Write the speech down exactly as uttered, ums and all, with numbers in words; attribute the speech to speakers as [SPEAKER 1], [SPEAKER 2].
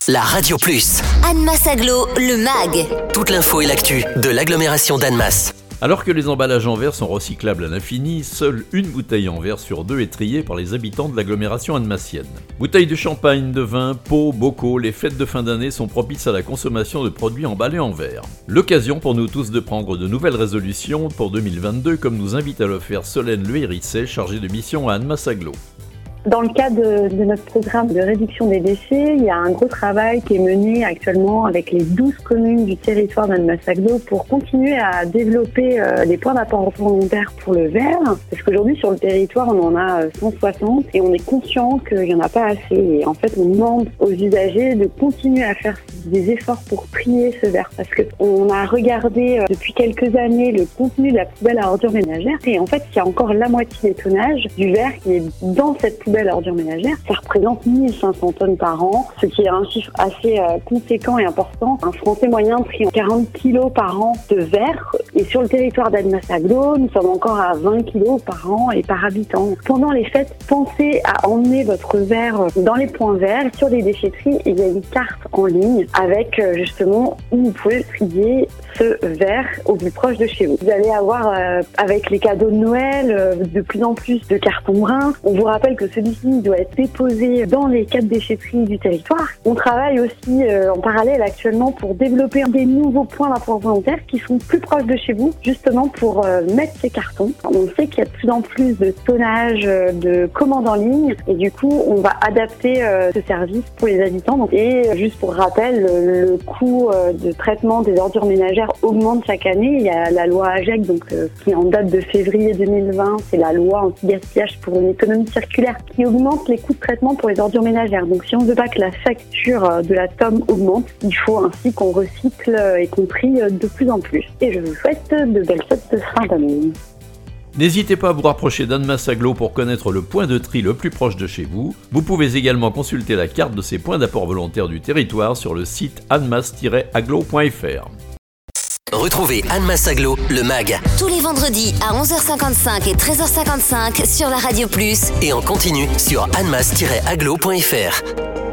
[SPEAKER 1] la Radio Plus.
[SPEAKER 2] Annemasse Agglo, le mag.
[SPEAKER 1] Toute l'info et l'actu de l'agglomération d'Annemasse.
[SPEAKER 3] Alors que les emballages en verre sont recyclables à l'infini, seule une bouteille en verre sur deux est triée par les habitants de l'agglomération annemassienne. Bouteilles de champagne, de vin, pots, bocaux, les fêtes de fin d'année sont propices à la consommation de produits emballés en verre. L'occasion pour nous tous de prendre de nouvelles résolutions pour deux mille vingt-deux, comme nous invite à le faire Solène Lehérisset, chargée de mission à Annemasse Agglo.
[SPEAKER 4] Dans le cadre de, de notre programme de réduction des déchets, il y a un gros travail qui est mené actuellement avec les douze communes du territoire d'Annemasse Agglo pour continuer à développer euh, les points d'apport volontaire pour le verre. Parce qu'aujourd'hui, sur le territoire, on en a cent soixante et on est conscient qu'il n'y en a pas assez. Et en fait, on demande aux usagers de continuer à faire des efforts pour trier ce verre. Parce qu'on a regardé euh, depuis quelques années le contenu de la poubelle à ordures ménagères et en fait, il y a encore la moitié des tonnages du verre qui est dans cette poubelle à ordures ménagères. Ça représente mille cinq cents tonnes par an, ce qui est un chiffre assez euh, conséquent et important. Un Français moyen trie quarante kilos par an de verre. Et sur le territoire d'Annemasse Agglo, nous sommes encore à vingt kilos par an et par habitant. Pendant les fêtes, pensez à emmener votre verre dans les points verts. Sur les déchetteries, il y a une carte en ligne avec euh, justement où vous pouvez trier ce verre au plus proche de chez vous. Vous allez avoir, euh, avec les cadeaux de Noël, euh, de plus en plus de cartons bruns. On vous rappelle que celui-ci doit être déposé dans les quatre déchetteries du territoire. On travaille aussi euh, en parallèle actuellement pour développer des nouveaux points d'apport volontaire qui sont plus proches de chez vous, justement pour euh, mettre ces cartons. On sait qu'il y a de plus en plus de tonnage, euh, de commandes en ligne et du coup, on va adapter euh, ce service pour les habitants. Et euh, juste pour rappel, le, le coût euh, de traitement des ordures ménagères augmente chaque année. Il y a la loi A G E C, donc, euh, qui est en date de février deux mille vingt, c'est la loi anti-gaspillage pour une économie circulaire qui augmente les coûts de traitement pour les ordures ménagères. Donc si on ne veut pas que la facture de la T O M augmente, il faut ainsi qu'on recycle et qu'on trie de plus en plus. Et je vous souhaite de belles fêtes de fin d'année.
[SPEAKER 3] N'hésitez pas à vous rapprocher d'Annemasse Agglo pour connaître le point de tri le plus proche de chez vous. Vous pouvez également consulter la carte de ces points d'apport volontaire du territoire sur le site annemasse tiret agglo point f r.
[SPEAKER 1] Retrouvez Annemasse Agglo, le mag.
[SPEAKER 2] Tous les vendredis à onze heures cinquante-cinq et treize heures cinquante-cinq sur la Radio Plus.
[SPEAKER 1] Et en continu sur annemasse tiret agglo point f r.